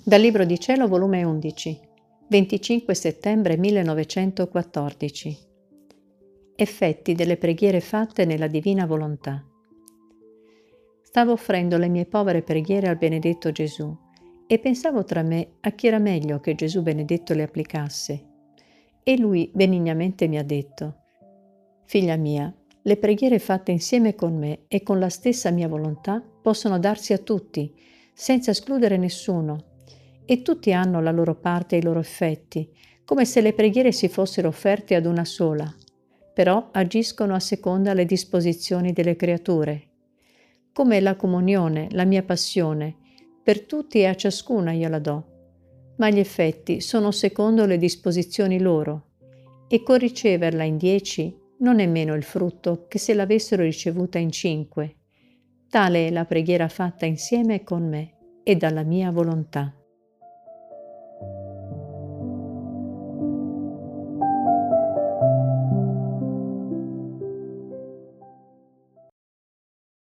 Dal Libro di Cielo, volume 11, 25 settembre 1914. Effetti delle preghiere fatte nella divina volontà. Stavo offrendo le mie povere preghiere al benedetto Gesù e pensavo tra me a chi era meglio che Gesù benedetto le applicasse. E lui benignamente mi ha detto: «Figlia mia, le preghiere fatte insieme con me e con la stessa mia volontà possono darsi a tutti, senza escludere nessuno, e tutti hanno la loro parte e i loro effetti, come se le preghiere si fossero offerte ad una sola, però agiscono a seconda le disposizioni delle creature. Come la comunione, la mia passione, per tutti e a ciascuna io la do, ma gli effetti sono secondo le disposizioni loro, e con riceverla in 10 non è meno il frutto che se l'avessero ricevuta in 5. Tale è la preghiera fatta insieme con me e dalla mia volontà».